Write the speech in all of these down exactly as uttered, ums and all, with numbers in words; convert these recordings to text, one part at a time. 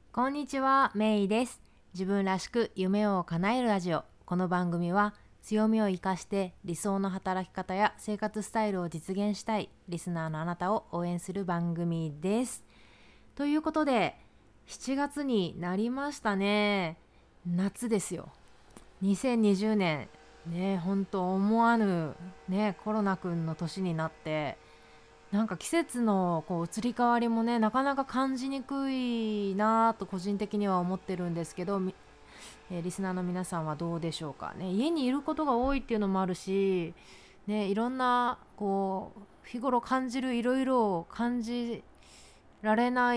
こんにちは、メイです。自分らしく夢を叶えるラジオ。この番組は強みを生かして理想の働き方や生活スタイルを実現したいリスナーのあなたを応援する番組です。ということで、しちがつになりましたね。夏ですよ。にせんにじゅうねん、ね、本当思わぬね、コロナくんの年になって、なんか季節のこう移り変わりもねなかなか感じにくいなと個人的には思ってるんですけど、みえーリスナーの皆さんはどうでしょうかね。家にいることが多いっていうのもあるし、ね、いろんなこう日頃感じるいろいろを感じられない、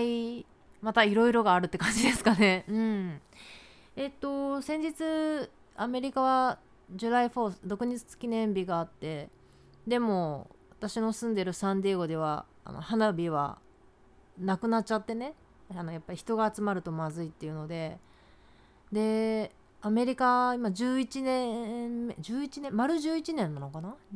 またいろいろがあるって感じですかね。うんえっと先日アメリカはジュライフォース独立記念日があって、でも私の住んでるサンディエゴではあの花火はなくなっちゃってね、あのやっぱり人が集まるとまずいっていうので、でアメリカ今じゅういちねんめじゅういちねん丸じゅういちねんなのかな、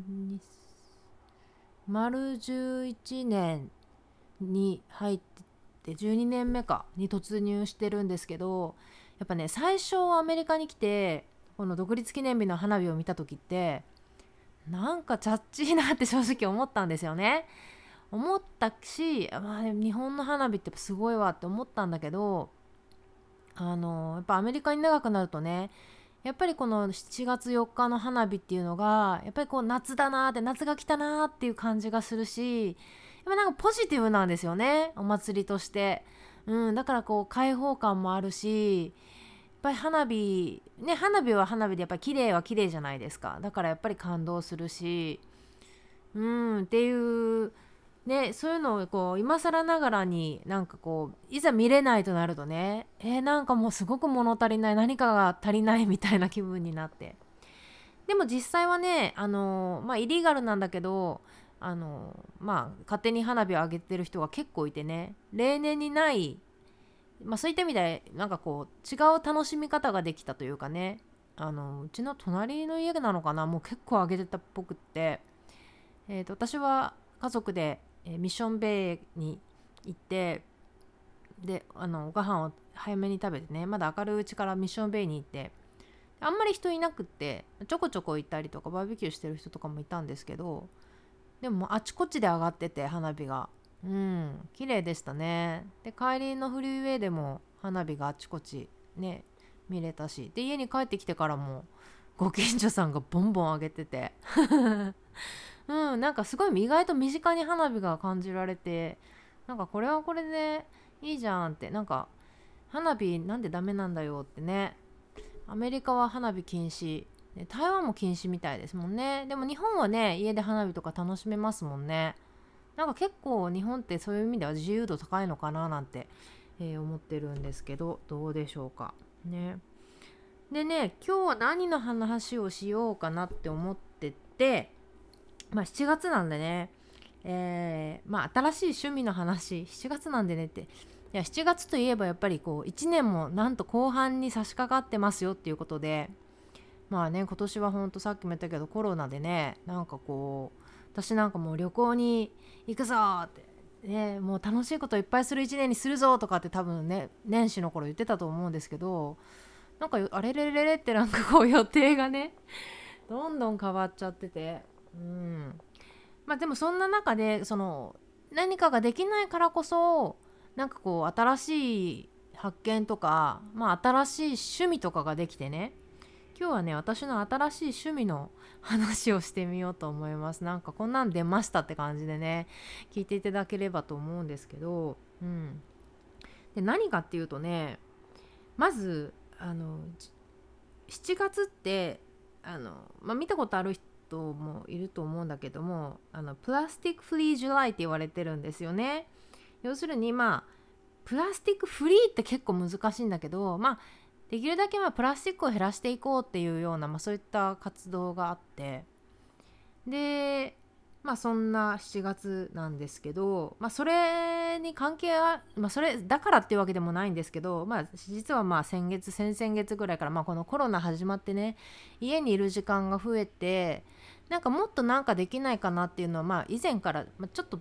丸じゅういちねんに入ってじゅうにねんめかに突入してるんですけど、やっぱね最初アメリカに来てこの独立記念日の花火を見た時ってなんかチャッチーなって正直思ったんですよね。思ったし、まあ、日本の花火ってすごいわって思ったんだけど、あのやっぱアメリカに長くなるとね、やっぱりこのしちがつよっかの花火っていうのがやっぱりこう夏だなーって夏が来たなーっていう感じがするし、やっぱなんかポジティブなんですよね、お祭りとして。うん、だからこう開放感もあるし、やっぱり花火ね、花火は花火でやっぱり綺麗は綺麗じゃないですか。だからやっぱり感動するし、うんっていうね、そういうのをこう今更ながらになんかこういざ見れないとなるとね、えー、なんかもうすごく物足りない、何かが足りないみたいな気分になって、でも実際はね、あのまあイリーガルなんだけど、あのまあ勝手に花火を上げてる人が結構いてね、例年にない、まあそういった意味でなんかこう違う楽しみ方ができたというかね、あのうちの隣の家なのかな、もう結構上げてたっぽくって、えー、と私は家族で、えーミッションベイに行って、であのご飯を早めに食べてね、まだ明るいうちからミッションベイに行って、あんまり人いなくってちょこちょこ行ったりとかバーベキューしてる人とかもいたんですけど、でもあちこちで上がってて花火が、うん綺麗でしたね。で帰りのフリーウェイでも花火があちこちね見れたし、で家に帰ってきてからもご近所さんがボンボン上げててうん、なんかすごい意外と身近に花火が感じられて、なんかこれはこれでいいじゃんって、なんか花火なんでダメなんだよってね。アメリカは花火禁止、ね、台湾も禁止みたいですもんね。でも日本はね家で花火とか楽しめますもんね。なんか結構日本ってそういう意味では自由度高いのかななんて、えー思ってるんですけど、どうでしょうかね。でね、今日は何の話をしようかなって思ってて、まあしちがつなんでね、えー、まあ新しい趣味の話、しちがつなんでねって、いやしちがつといえばやっぱりこういちねんもなんと後半に差し掛かってますよっていうことで、まあね今年はほんとさっきも言ったけどコロナでね、なんかこう私なんかもう旅行に行くぞってね、もう楽しいこといっぱいするいちねんにするぞとかって多分ね年始の頃言ってたと思うんですけど、なんかあれれれれってなんかこう予定がねどんどん変わっちゃってて、うんまあでもそんな中でその何かができないからこそ、なんかこう新しい発見とか、まあ新しい趣味とかができてね、今日はね私の新しい趣味の話をしてみようと思います。なんかこんなん出ましたって感じでね聞いていただければと思うんですけど、うんで何かっていうとね、まずあのしちがつってあの、まあ、見たことある人もいると思うんだけども、あのプラスティックフリージュライって言われてるんですよね。要するにまあプラスティックフリーって結構難しいんだけど、まあできるだけまあプラスチックを減らしていこうっていうような、まあ、そういった活動があって、でまあそんなしちがつなんですけど、まあそれに関係あ、まあそれだからっていうわけでもないんですけど、まあ実はまあ先月先々月ぐらいから、まあこのコロナ始まってね、家にいる時間が増えて、なんかもっとなんかできないかなっていうのはまあ以前から、まあ、ちょっと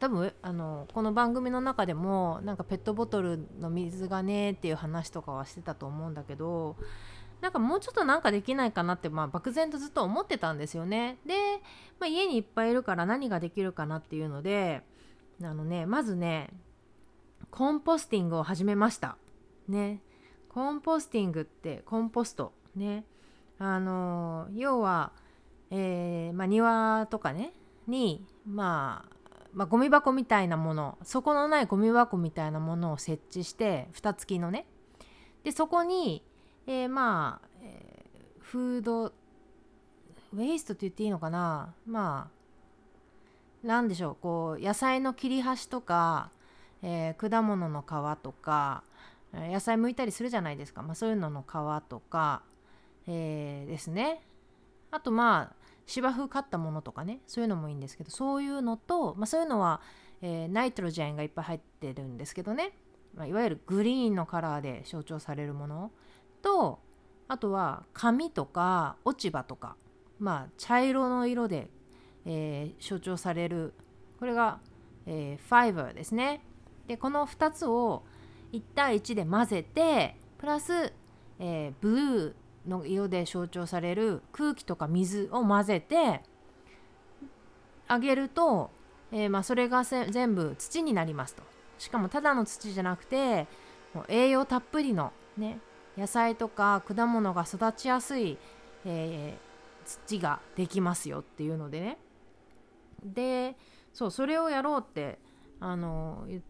多分あのこの番組の中でもなんかペットボトルの水がねっていう話とかはしてたと思うんだけど、なんかもうちょっとなんかできないかなって、まあ、漠然とずっと思ってたんですよね。で、まあ、家にいっぱいいるから何ができるかなっていうので、あのねまずねコンポスティングを始めましたね。コンポスティングってコンポストね、あの要は、えーまあ、庭とかねに、まあ、まあゴミ箱みたいなもの、底のないゴミ箱みたいなものを設置して、蓋付きのね、でそこに、えー、まあ、えー、フードウェイストって言っていいのかな、まあなんでしょう、こう野菜の切り端とか、えー、果物の皮とか、野菜剥いたりするじゃないですか、まあ、そういうのの皮とか、えー、ですね。あとまあ芝生買ったものとかね、そういうのもいいんですけど、そういうのと、まあ、そういうのは、えー、ナイトロジェンがいっぱい入ってるんですけどね、まあ、いわゆるグリーンのカラーで象徴されるものと、あとは紙とか落ち葉とか、まあ茶色の色で、えー、象徴される、これが、えー、ファイバーですね。でこのふたつをいち対いちで混ぜて、プラス、えー、ブルーの色で象徴される空気とか水を混ぜてあげると、えーまあ、それが全部土になりますと。しかもただの土じゃなくて、もう栄養たっぷりの、ね、野菜とか果物が育ちやすい、えー、土ができますよっていうのでね。でそうそれをやろうってあの言って、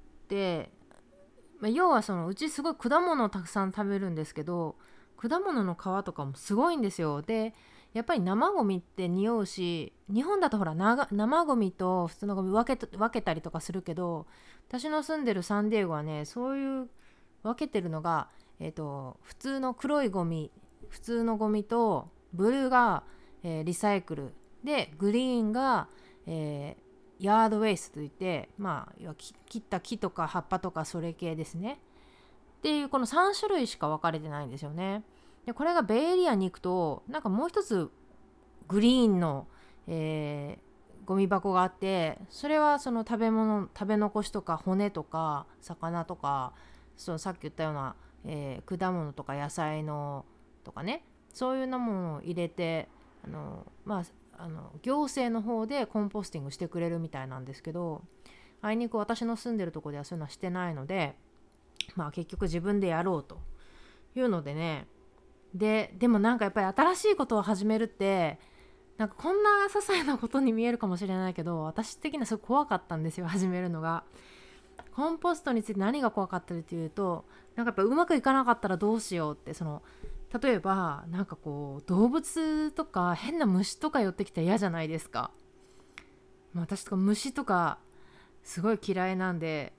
まあ、要はそのうちすごい果物をたくさん食べるんですけど、果物の皮とかもすごいんですよ。でやっぱり生ゴミって匂うし、日本だとほら生ゴミと普通のゴミ分け分けたりとかするけど、私の住んでるサンディエゴはね、そういう分けてるのが、えーと、普通の黒いゴミ普通のゴミと、ブルーが、えー、リサイクルで、グリーンが、えー、ヤードウェイストといって、まあ切った木とか葉っぱとかそれ系ですねっていう、このさん種類しか分かれてないんですよね。でこれがベイエリアに行くと、なんかもう一つグリーンの、えー、ゴミ箱があって、それはその食べ物食べ残しとか骨とか魚とか、そのさっき言ったような、えー、果物とか野菜のとかね、そういうようなものを入れて、あのまああの行政の方でコンポスティングしてくれるみたいなんですけど、あいにく私の住んでるところではそういうのはしてないので、まあ結局自分でやろうというのでね。ででもなんかやっぱり新しいことを始めるって、なんかこんな些細なことに見えるかもしれないけど、私的にはすごい怖かったんですよ、始めるのが。コンポストについて何が怖かったかというと、なんかやっぱうまくいかなかったらどうしようって、その例えばなんかこう動物とか変な虫とか寄ってきたら嫌じゃないですか。まあ、私とか虫とかすごい嫌いなんで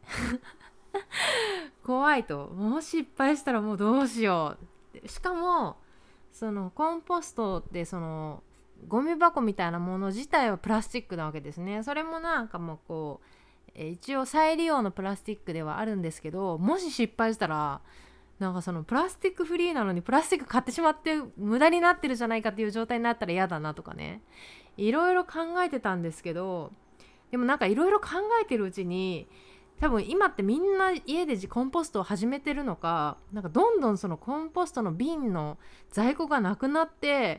怖いと、もし失敗したらもうどうしよう。しかもそのコンポストってそのゴミ箱みたいなもの自体はプラスチックなわけですね。それもなんかもうこう一応再利用のプラスチックではあるんですけど、もし失敗したらなんかそのプラスチックフリーなのにプラスチック買ってしまって無駄になってるじゃないかっていう状態になったら嫌だなとかね、いろいろ考えてたんですけど、でもなんかいろいろ考えてるうちに、多分今ってみんな家でコンポストを始めてるのか、なんかどんどんそのコンポストの瓶の在庫がなくなって、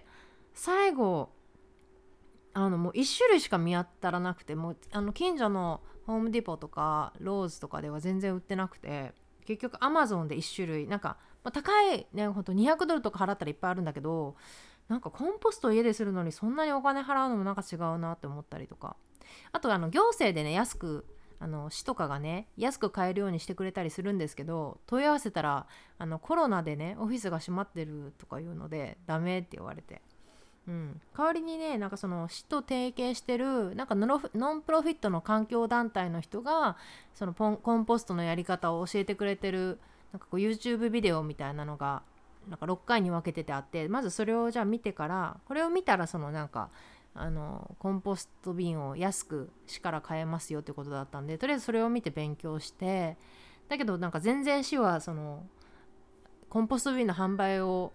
最後あのもういち種類しか見当たらなくて、もうあの近所のホームディポとかローズとかでは全然売ってなくて、結局アマゾンでいち種類、なんか、まあ、高いね、ほんとにひゃくドルとか払ったらいっぱいあるんだけど、なんかコンポストを家でするのにそんなにお金払うのもなんか違うなって思ったりとか、あとあの行政でね、安くあの市とかがね安く買えるようにしてくれたりするんですけど、問い合わせたらあのコロナでねオフィスが閉まってるとかいうのでダメって言われて、うん、代わりにね、なんかその市と提携してるなんかノンプロフィットの環境団体の人がそのポンコンポストのやり方を教えてくれてる、なんかこう YouTube ビデオみたいなのがなんかろっかいに分けててあって、まずそれをじゃあ見てから、これを見たらそのなんかあのコンポスト瓶を安く市から買えますよってことだったんで、とりあえずそれを見て勉強して、だけどなんか全然市はそのコンポスト瓶の販売を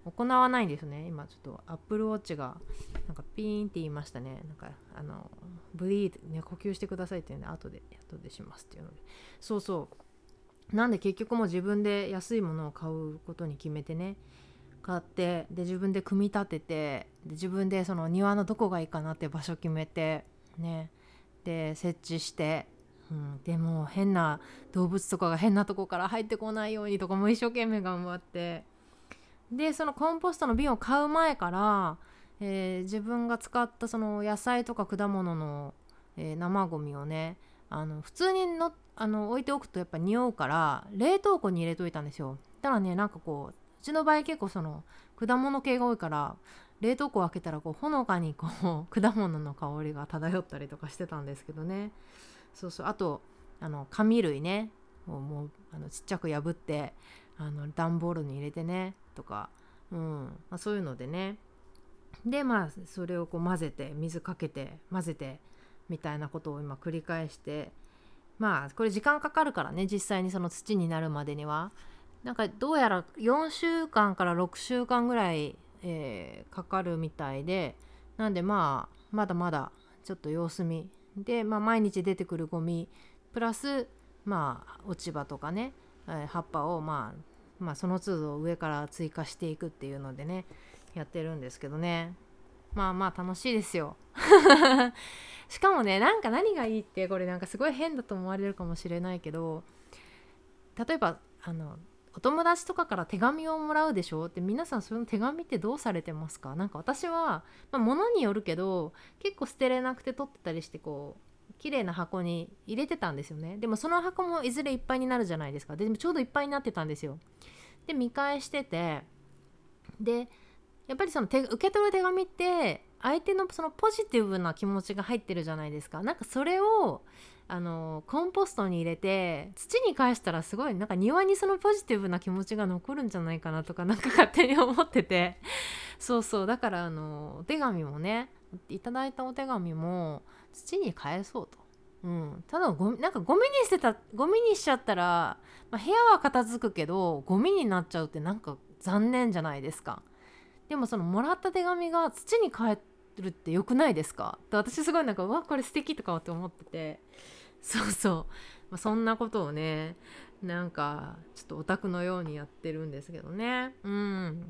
行わないんですね。今ちょっと Apple Watch がなんかピーンって言いましたね。なんかあのブリードね、呼吸してくださいっていうので後で後でしますっていうので、そうそうなんで結局もう自分で安いものを買うことに決めてね、買ってで自分で組み立ててで自分でその庭のどこがいいかなって場所決めてね、で設置して、うん、でも変な動物とかが変なとこから入ってこないようにとかも一生懸命頑張って、でそのコンポストの瓶を買う前から、えー自分が使ったその野菜とか果物の、えー生ゴミをね、あの普通にのあの置いておくとやっぱ匂うから冷凍庫に入れといたんですよ。ただね、なんかこううちの場合結構その果物系が多いから冷凍庫を開けたらこうほのかにこう果物の香りが漂ったりとかしてたんですけどね。そうそう、あとあの紙類ね、もうもうあのちっちゃく破ってあの段ボールに入れてねとか、うんまあ、そういうのでね、でまあそれをこう混ぜて水かけて混ぜてみたいなことを今繰り返して、まあこれ時間かかるからね、実際にその土になるまでにはなんかどうやらよんしゅうかんからろくしゅうかんぐらい、えーかかるみたいで、なんでまあまだまだちょっと様子見で、まあ、毎日出てくるゴミプラスまあ落ち葉とかね、えー葉っぱをまあまあその都度上から追加していくっていうのでねやってるんですけどね、まあまあ楽しいですよしかもね、なんか何がいいって、これなんかすごい変だと思われるかもしれないけど、例えばあのお友達とかから手紙をもらうでしょって、皆さんその手紙ってどうされてますか？なんか私は、まあ、物によるけど結構捨てれなくて取ってたりして、こう綺麗な箱に入れてたんですよね。でもその箱もいずれいっぱいになるじゃないですか。でもちょうどいっぱいになってたんですよ。で見返してて、でやっぱりその手受け取る手紙って相手のそのポジティブな気持ちが入ってるじゃないですか。なんかそれをあのコンポストに入れて土に返したら、すごいなんか庭にそのポジティブな気持ちが残るんじゃないかなとか、なんか勝手に思っててそうそう、だからあのお手紙もね、いただいたお手紙も土に返そうと。うん、ただゴミなんかゴミにしてたゴミにしちゃったら、まあ、部屋は片付くけどゴミになっちゃうってなんか残念じゃないですか。でもそのもらった手紙が土に帰るって良くないですか？で私すごいなんか、うわこれ素敵とかって思ってて、そうそう、まあ、そんなことをね、なんかちょっとオタクのようにやってるんですけどね。うん、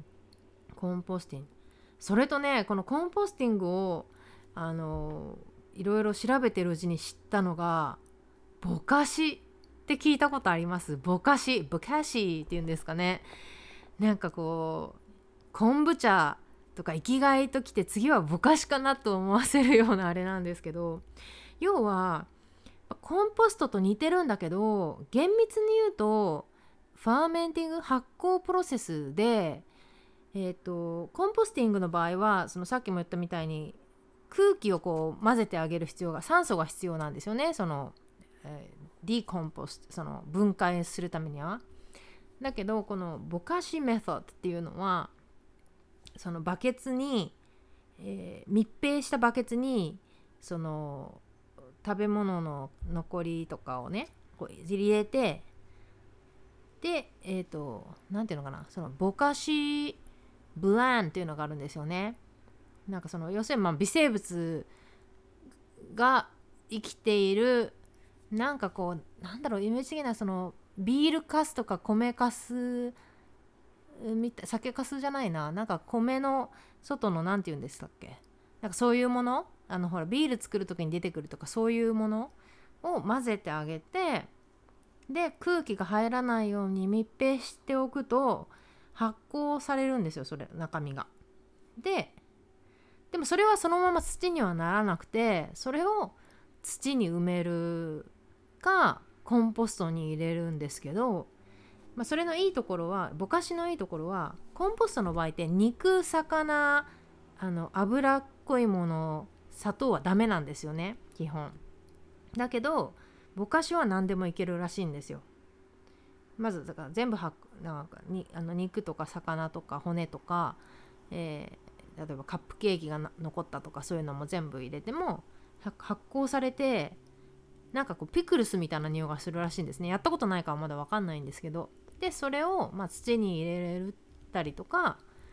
コンポスティング、それとね、このコンポスティングをあのいろいろ調べてるうちに知ったのが、ぼかしって聞いたことあります？ぼかし、ぼかしっていうんですかね。なんかこう昆布茶とか生きがいときて次はぼかしかなと思わせるようなあれなんですけど、要はコンポストと似てるんだけど、厳密に言うとファーメンティング、発酵プロセスで、えーと、コンポスティングの場合はそのさっきも言ったみたいに空気をこう混ぜてあげる必要が、酸素が必要なんですよね。その、えー、ディコンポスト、その分解するためには。だけどこのぼかしメソッドっていうのは、そのバケツに、えー密閉したバケツにその食べ物の残りとかをねこう入れて、でえっ、となんていうのかな、そのぼかしブランっていうのがあるんですよね。なんかその要するにまあ微生物が生きている、なんかこうなんだろう、イメージ的なそのビールかすとか米かすみたい、酒かすじゃないな、なんか米の外のなんて言うんでしたっけ、なんかそういうもの、あのほらビール作る時に出てくるとか、そういうものを混ぜてあげて、で空気が入らないように密閉しておくと発酵されるんですよ、それ中身が。ででもそれはそのまま土にはならなくて、それを土に埋めるかコンポストに入れるんですけど、まあ、それのいいところは、ぼかしのいいところは、コンポストの場合って肉、魚、あの脂っこいもの、砂糖はダメなんですよね、基本。だけどぼかしは何でもいけるらしいんですよ。まずだから全部はなんかにあの肉とか魚とか骨とか、えー、例えばカップケーキが残ったとか、そういうのも全部入れても発酵されて、なんかこうピクルスみたいな匂いがするらしいんですね。やったことないからまだ分かんないんですけど、でそれをまあ土に入れれたりとか、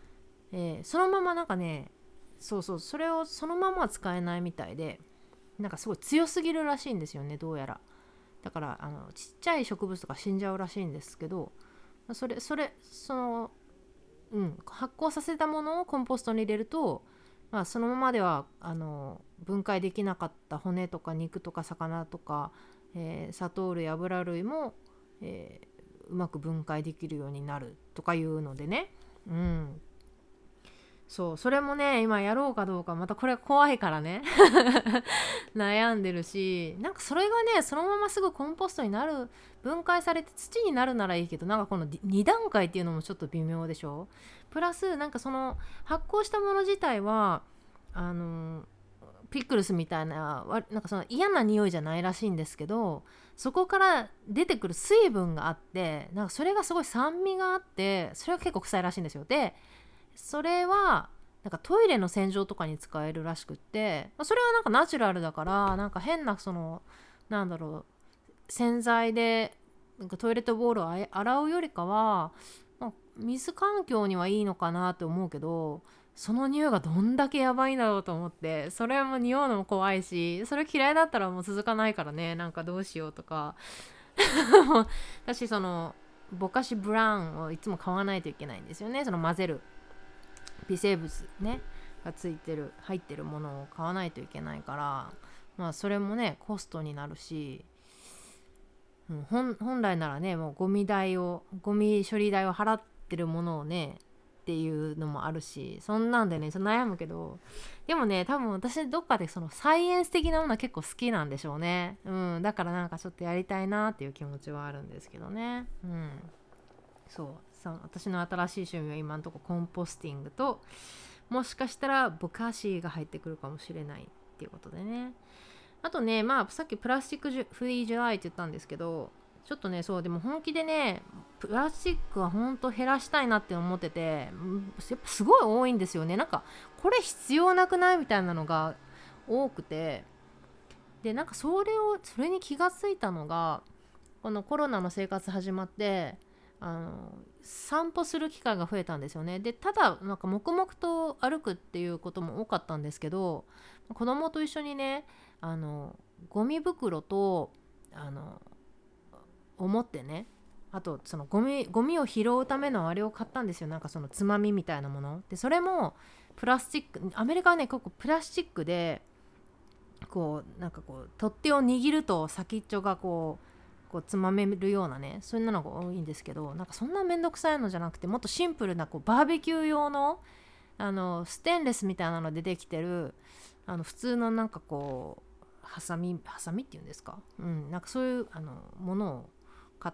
えーそのままなんかね、そうそう、それをそのままは使えないみたいで、なんかすごい強すぎるらしいんですよね、どうやら。だからあのちっちゃい植物とか死んじゃうらしいんですけど、それそれその、うん、発酵させたものをコンポストに入れると、まあ、そのままではあの分解できなかった骨とか肉とか魚とか、えー砂糖類油類も、えーうまく分解できるようになるとかいうのでね、うん、そう、それもね今やろうかどうか、またこれ怖いからね悩んでるし、なんかそれがねそのまますぐコンポストになる、分解されて土になるならいいけど、なんかこのに段階っていうのもちょっと微妙でしょ。プラスなんかその発酵したもの自体はあのピクルスみたいな、なんかその嫌な匂いじゃないらしいんですけど、そこから出てくる水分があって、なんかそれがすごい酸味があって、それが結構臭いらしいんですよ。でそれはなんかトイレの洗浄とかに使えるらしくって、それはなんかナチュラルだから、なんか変なそのなんだろう、洗剤でなんかトイレットボールを洗うよりかは、まあ、水環境にはいいのかなって思うけど、その匂いがどんだけやばいんだろうと思って、それも匂うのも怖いし、それ嫌いだったらもう続かないからね、なんかどうしようとか私そのぼかしブラウンをいつも買わないといけないんですよね。その混ぜる微生物ねがついてる入ってるものを買わないといけないから、まあそれもねコストになるし、うん、本, 本来ならねもうゴミ代をゴミ処理代を払ってるものをねっていうのもあるし、そんなんでねちょっと悩むけど、でもね多分私どっかでそのサイエンス的なものは結構好きなんでしょうね、うん、だからなんかちょっとやりたいなっていう気持ちはあるんですけどね。うん、そうさ、私の新しい趣味は今のところコンポスティングと、もしかしたらボカシーが入ってくるかもしれないっていうことでね。あとね、まあさっきプラスチックフリージュライって言ったんですけど、ちょっとね、そうでも本気でねプラスチックはほんと減らしたいなって思ってて、やっぱすごい多いんですよね。なんかこれ必要なくないみたいなのが多くて、でなんかそれをそれに気がついたのが、このコロナの生活始まってあの散歩する機会が増えたんですよね。でただなんか黙々と歩くっていうことも多かったんですけど、子供と一緒にねあのゴミ袋とあの思ってね、あとそのゴミゴミを拾うためのあれを買ったんですよ。なんかそのつまみみたいなもので、それもプラスチック、アメリカはね結構プラスチックで、こうなんかこう取っ手を握ると先っちょがこうこうつまめるようなね、そんなのが多いんですけど、なんかそんなめんどくさいのじゃなくて、もっとシンプルなこうバーベキュー用のあのステンレスみたいなのでできてるあの普通のなんかこうハサミハサミっていうんですか、うん、なんかそういうあのものを買って、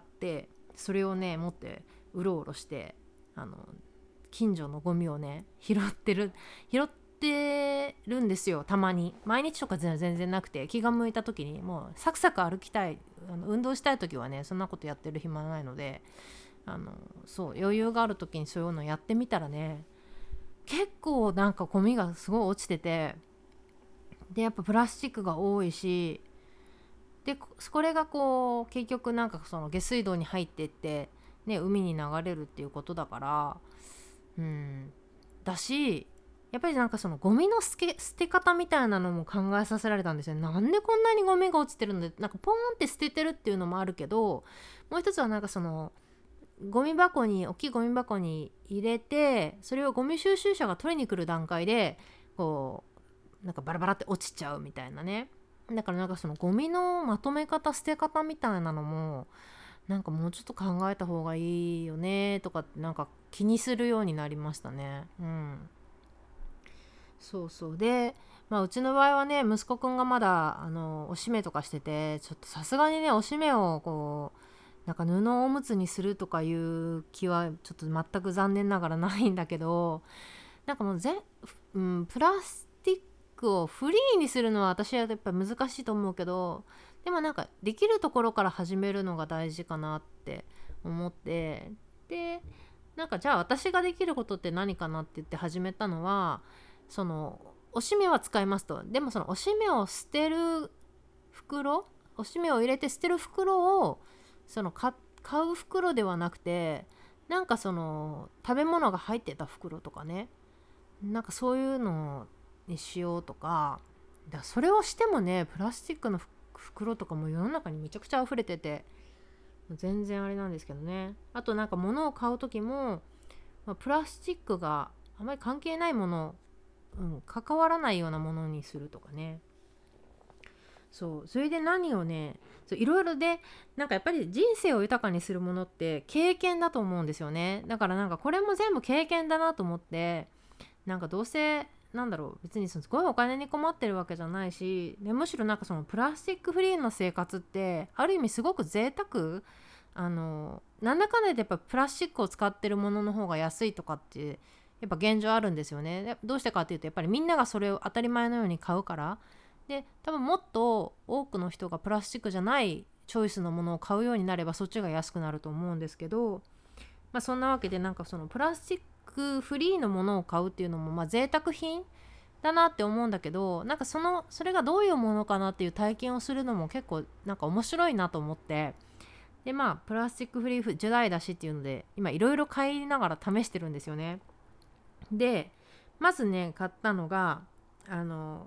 それをね持ってうろうろしてあの近所のゴミをね拾ってる拾ってるんですよ。たまに毎日とか全然なくて、気が向いた時にもうサクサク歩きたい、あの運動したい時はねそんなことやってる暇ないので、あのそう余裕がある時にそういうのやってみたらね、結構なんかゴミがすごい落ちてて、でやっぱプラスチックが多いし、でこれがこう結局なんかその下水道に入ってって、ね、海に流れるっていうことだから、うんだし、やっぱりなんかそのゴミの捨て、捨て方みたいなのも考えさせられたんですよ。なんでこんなにゴミが落ちてるんで、なんかポーンって捨ててるっていうのもあるけど、もう一つはなんかそのゴミ箱に大きいゴミ箱に入れて、それをゴミ収集車が取りに来る段階でこうなんかバラバラって落ちちゃうみたいなね。だからなんかそのゴミのまとめ方捨て方みたいなのもなんかもうちょっと考えた方がいいよねとかってなんか気にするようになりましたね。うん、そうそう。で、まあ、うちの場合はね息子くんがまだあのおしめとかしてて、ちょっとさすがにねおしめをこうなんか布おむつにするとかいう気はちょっと全く残念ながらないんだけど、なんかもうぜ、うん、プラスティックをフリーにするのは私はやっぱり難しいと思うけど、でもなんかできるところから始めるのが大事かなって思って、でなんかじゃあ私ができることって何かなって言って始めたのは、そのおしめは使いますと、でもそのおしめを捨てる袋、おしめを入れて捨てる袋をその買う袋ではなくて、なんかその食べ物が入ってた袋とかね、 なんかそういうのにしようとか、だそれをしてもねプラスチックの袋とかも世の中にめちゃくちゃ溢れてて全然あれなんですけどね。あとなんか物を買う時も、まあ、プラスチックがあまり関係ないもの、うん、関わらないようなものにするとかね。そうそれで何をねいろいろでなんかやっぱり人生を豊かにするものって経験だと思うんですよね。だからなんかこれも全部経験だなと思って、なんかどうせなんだろう別にすごいお金に困ってるわけじゃないし、でむしろなんかそのプラスチックフリーの生活ってある意味すごく贅沢、あのなんだかんだでやっぱプラスチックを使ってるものの方が安いとかってやっぱ現状あるんですよね。どうしてかっていうとやっぱりみんながそれを当たり前のように買うから。で多分もっと多くの人がプラスチックじゃないチョイスのものを買うようになればそっちが安くなると思うんですけど、まあ、そんなわけでなんかそのプラスチックフリーのものを買うっていうのもまあ贅沢品だなって思うんだけど、なんかそのそれがどういうものかなっていう体験をするのも結構なんか面白いなと思って、でまあプラスチックフリージュライだしっていうので今いろいろ買いながら試してるんですよね。でまずね買ったのがあの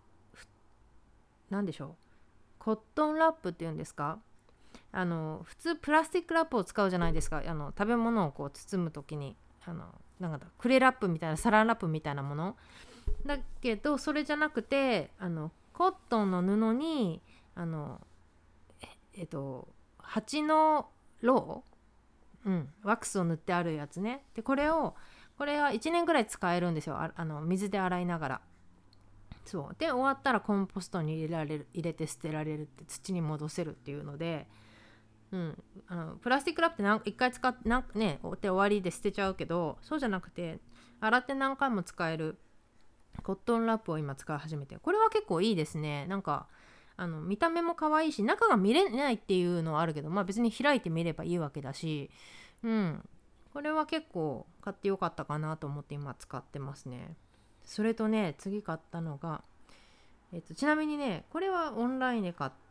何でしょう、コットンラップっていうんですか。あの普通プラスチックラップを使うじゃないですか。あの食べ物をこう包む時にあのなんかクレラップみたいなサランラップみたいなものだけど、それじゃなくてあのコットンの布にあのええっと蜂のロウ、うん、ワックスを塗ってあるやつね。でこれをこれはいちねんぐらい使えるんですよ。ああの水で洗いながら。そうで終わったらコンポストに入れられる、入れて捨てられるって、土に戻せるっていうので、うん、あのプラスチックラップって何一回使ってなんね終わりで捨てちゃうけど、そうじゃなくて洗って何回も使えるコットンラップを今使い始めて、これは結構いいですね。なんかあの見た目も可愛いし中が見れないっていうのはあるけど、まあ別に開いてみればいいわけだし、うん、これは結構買ってよかったかなと思って今使ってますね。それとね次買ったのが、えっと、ちなみにねこれはオンラインで買って、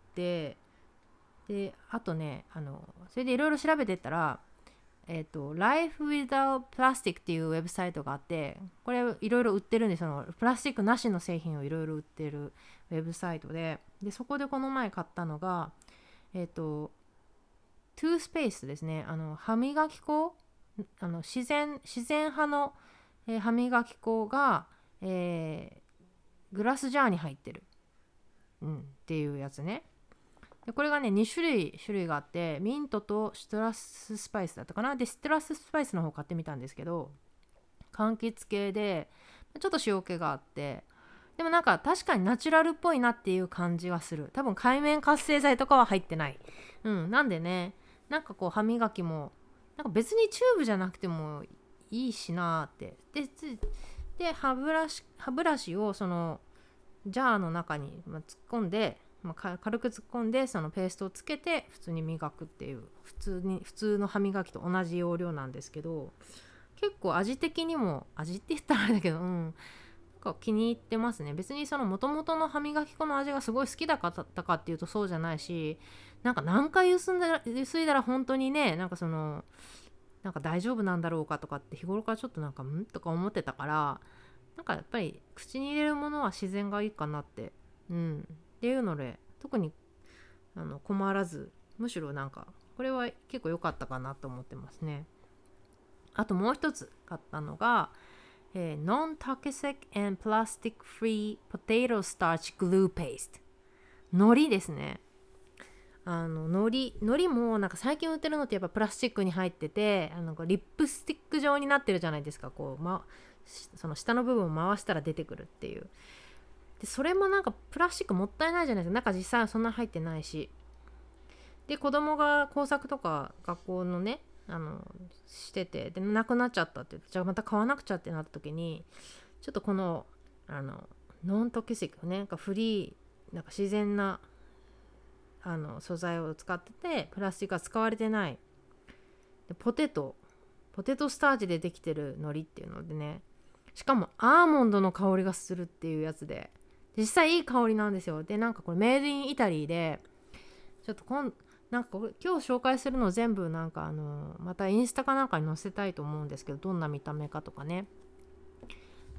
であとねあのそれでいろいろ調べてったら、えっと Life Without Plastic っていうウェブサイトがあって、これいろいろ売ってるんです。そのプラスチックなしの製品をいろいろ売ってるウェブサイトで、でそこでこの前買ったのがえっとトゥースペースですね。あの歯磨き粉、あの自然自然派の、えー歯磨き粉がえーグラスジャーに入ってる、うん、っていうやつね。でこれがねに種類種類があって、ミントとシトラススパイスだったかな。でシトラススパイスの方買ってみたんですけど、柑橘系でちょっと塩気があって、でもなんか確かにナチュラルっぽいなっていう感じはする。多分界面活性剤とかは入ってない、うん、なんでねなんかこう歯磨きもなんか別にチューブじゃなくてもいいしなーって。でで歯ブラシ歯ブラシをそのジャーの中に突っ込んで、まあ、軽く突っ込んでそのペーストをつけて普通に磨くっていう、普通に普通の歯磨きと同じ要領なんですけど、結構味的にも味って言ったらあれだけど、うん、なんか気に入ってますね。別にその元々の歯磨き粉の味がすごい好きだったかっていうとそうじゃないし、なんか何回ゆすんだらゆすいだら本当にねなんかそのなんか大丈夫なんだろうかとかって日頃からちょっとなんかんとか思ってたから、なんかやっぱり口に入れるものは自然がいいかなって、うんっていうので特にあの困らず、むしろなんかこれは結構良かったかなと思ってますね。あともう一つ買ったのが、えー、Non-Toxic and Plastic Free Potato Starch Glue Paste、 海苔ですね。あの海苔海苔もなんか最近売ってるのってやっぱプラスチックに入ってて、あのリップスティック状になってるじゃないですか。こう、ま、その下の部分を回したら出てくるっていう。でそれもなんかプラスチックもったいないじゃないですか。なんか実際はそんな入ってないし、で子供が工作とか学校のねあのしてて、でなくなっちゃったって言って、じゃあまた買わなくちゃってなった時に、ちょっとこのあのノントキシックね、なんかフリーなんか自然なあの素材を使っててプラスチックが使われてない、でポテトポテトスターチでできてる海苔っていうのでね、しかもアーモンドの香りがするっていうやつで、実際いい香りなんですよ。でなんかこれメイドインイタリーで、ちょっと今なんか今日紹介するの全部なんかあのまたインスタかなんかに載せたいと思うんですけど、どんな見た目かとかね、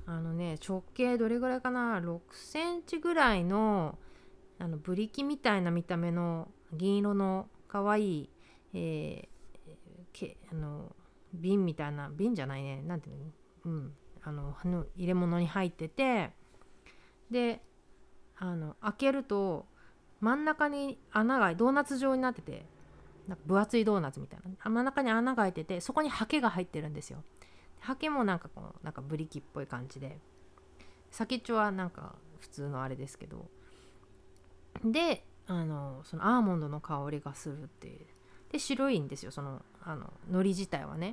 あのね直径どれぐらいかな、ろくセンチぐらいのあのブリキみたいな見た目の銀色のかわいい、えー、けあの瓶みたいな、瓶じゃないね、なんていうの、うん、あの入れ物に入ってて、であの開けると真ん中に穴がドーナツ状になってて、なんか分厚いドーナツみたいな真ん中に穴が開いてて、そこにハケが入ってるんですよ。ハケもなんかこうなんかブリキっぽい感じで、先っちょはなんか普通のあれですけど、であのそのアーモンドの香りがするっていう、で白いんですよ、そのあの海苔自体はね。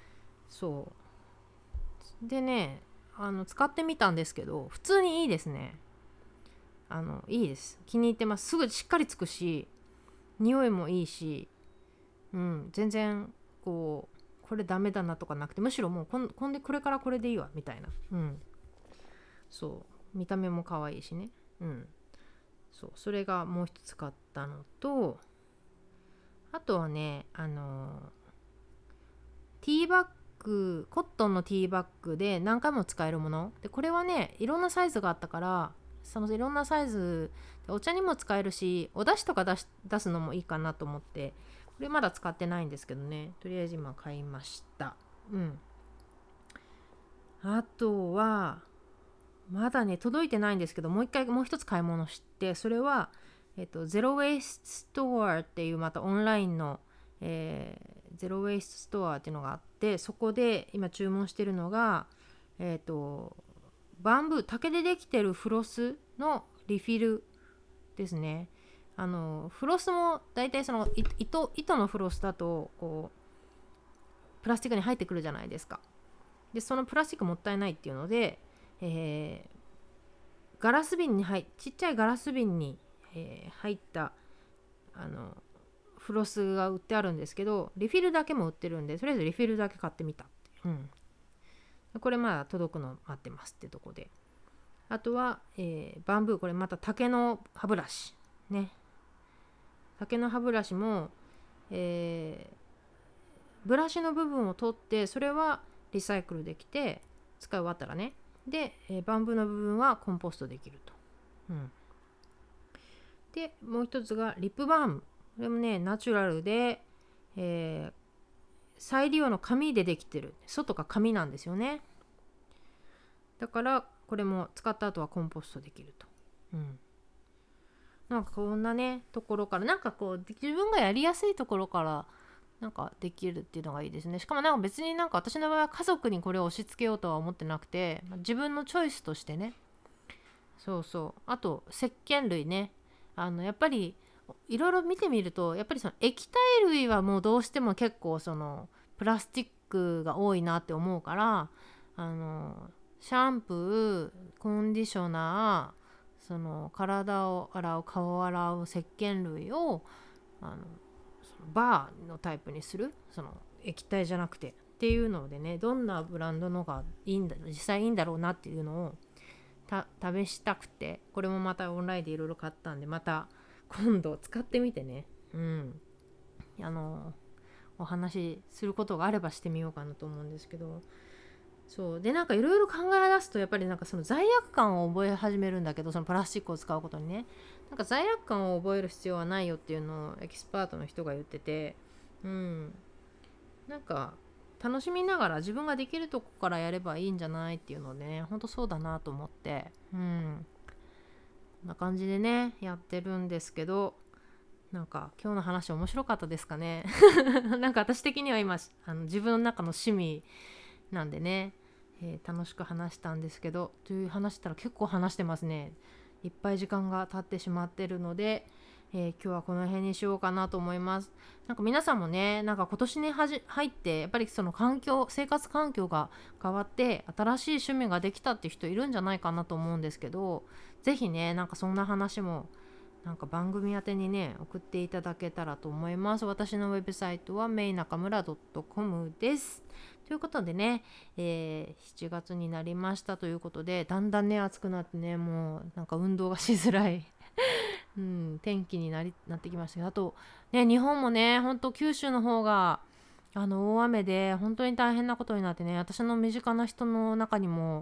そうでね、あの使ってみたんですけど普通にいいですね。あのいいです、気に入ってます。すぐしっかりつくし、匂いもいいし、うん、全然こうこれダメだなとかなくて、むしろもうこんこんでこれからこれでいいわみたいな、うん、そう見た目も可愛いしね、うん、そうそれがもう一つ買ったのと、あとはね、あのティーバッグ、コットンのティーバッグで何回も使えるもので、これはねいろんなサイズがあったから、そのいろんなサイズお茶にも使えるし、お出汁とか出し出すのもいいかなと思って、これまだ使ってないんですけどね、とりあえず今買いました。うん。あとはまだね届いてないんですけど、もう一回もう一つ買い物して、それはえっとゼロウェイストストアっていうまたオンラインの、えー、ゼロウェイストストアっていうのがあって、そこで今注文してるのが、えっとバンブー、竹でできてるフロスのリフィルですね。あのフロスもだいたいその糸、糸のフロスだとこうプラスチックに入ってくるじゃないですか。でそのプラスチックもったいないっていうので、えー、ガラス瓶に入っちっちゃいガラス瓶に、えー、入ったあのフロスが売ってあるんですけど、リフィルだけも売ってるんで、とりあえずリフィルだけ買ってみたって、うん、これまだ届くの待ってますってとこで、あとは、えー、バンブー、これまた竹の歯ブラシね。竹の歯ブラシも、えー、ブラシの部分を取って、それはリサイクルできて使い終わったらね、で、えー、バンブーの部分はコンポストできると、うん、でもう一つがリップバーム。これもねナチュラルで、えー、再利用の紙でできてる、外が紙なんですよね。だからこれも使った後はコンポストできると、うん、なんかこんなねところから、なんかこう自分がやりやすいところからなんかできるっていうのがいいですね。しかもなんか別になんか私の場合は家族にこれを押し付けようとは思ってなくて、自分のチョイスとしてね。そうそう。あと石鹸類ね、あのやっぱりいろいろ見てみると、やっぱりその液体類はもうどうしても結構そのプラスチックが多いなって思うから、あのシャンプー、コンディショナー、その体を洗う、顔を洗う石鹸類をあのそのバーのタイプにする、その液体じゃなくてっていうのでね、どんなブランドのがいいんだ、実際いいんだろうなっていうのをた試したくて、これもまたオンラインでいろいろ買ったんで、また今度使ってみてね、うんあのお話しすることがあればしてみようかなと思うんですけど、そうでなんかいろいろ考え出すと、やっぱりなんかその罪悪感を覚え始めるんだけど、そのプラスチックを使うことにね、なんか罪悪感を覚える必要はないよっていうのをエキスパートの人が言ってて、うんなんか楽しみながら自分ができるとこからやればいいんじゃないっていうのでね、ほんとそうだなと思って、うんこんな感じでねやってるんですけど、なんか今日の話面白かったですかねなんか私的には今あの自分の中の趣味なんでね、えー、楽しく話したんですけど、という話したら結構話してますね。いっぱい時間が経ってしまってるので、えー、今日はこの辺にしようかなと思います。なんか皆さんもね、なんか今年にはじ入ってやっぱりその環境、生活環境が変わって新しい趣味ができたっていう人いるんじゃないかなと思うんですけど、ぜひね、なんかそんな話もなんか番組宛てにね送っていただけたらと思います。私のウェブサイトはメイナカムラ .com です。ということでね、えー、しちがつになりましたということで、だんだんね暑くなってね、もうなんか運動がしづらい、うん、天気になりなってきましたけど、あとね日本もね、ほんと九州の方があの大雨で本当に大変なことになってね、私の身近な人の中にも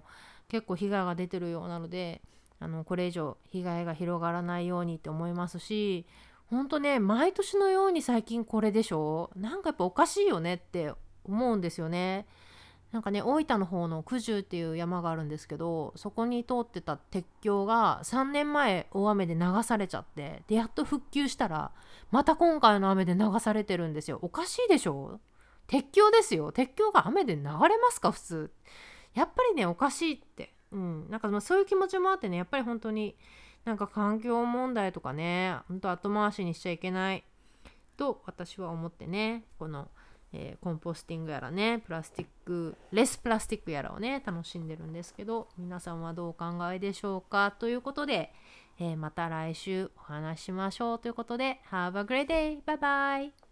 結構被害が出てるようなので、あのこれ以上被害が広がらないようにって思いますし、ほんとね、毎年のように最近これでしょ、なんかやっぱおかしいよねって思うんですよね。なんかね、大分の方の九十っていう山があるんですけど、そこに通ってた鉄橋がさんねんまえ大雨で流されちゃって、でやっと復旧したらまた今回の雨で流されてるんですよ。おかしいでしょ。鉄橋ですよ。鉄橋が雨で流れますか普通。やっぱりねおかしいって、うん、なんかまあそういう気持ちもあってね、やっぱり本当になんか環境問題とかね、本当後回しにしちゃいけないと私は思ってね、この、えーコンポスティングやらね、プラスティックレスプラスティックやらをね楽しんでるんですけど、皆さんはどうお考えでしょうかということで、えーまた来週お話ししましょうということで、 Have a great day! バイバイ。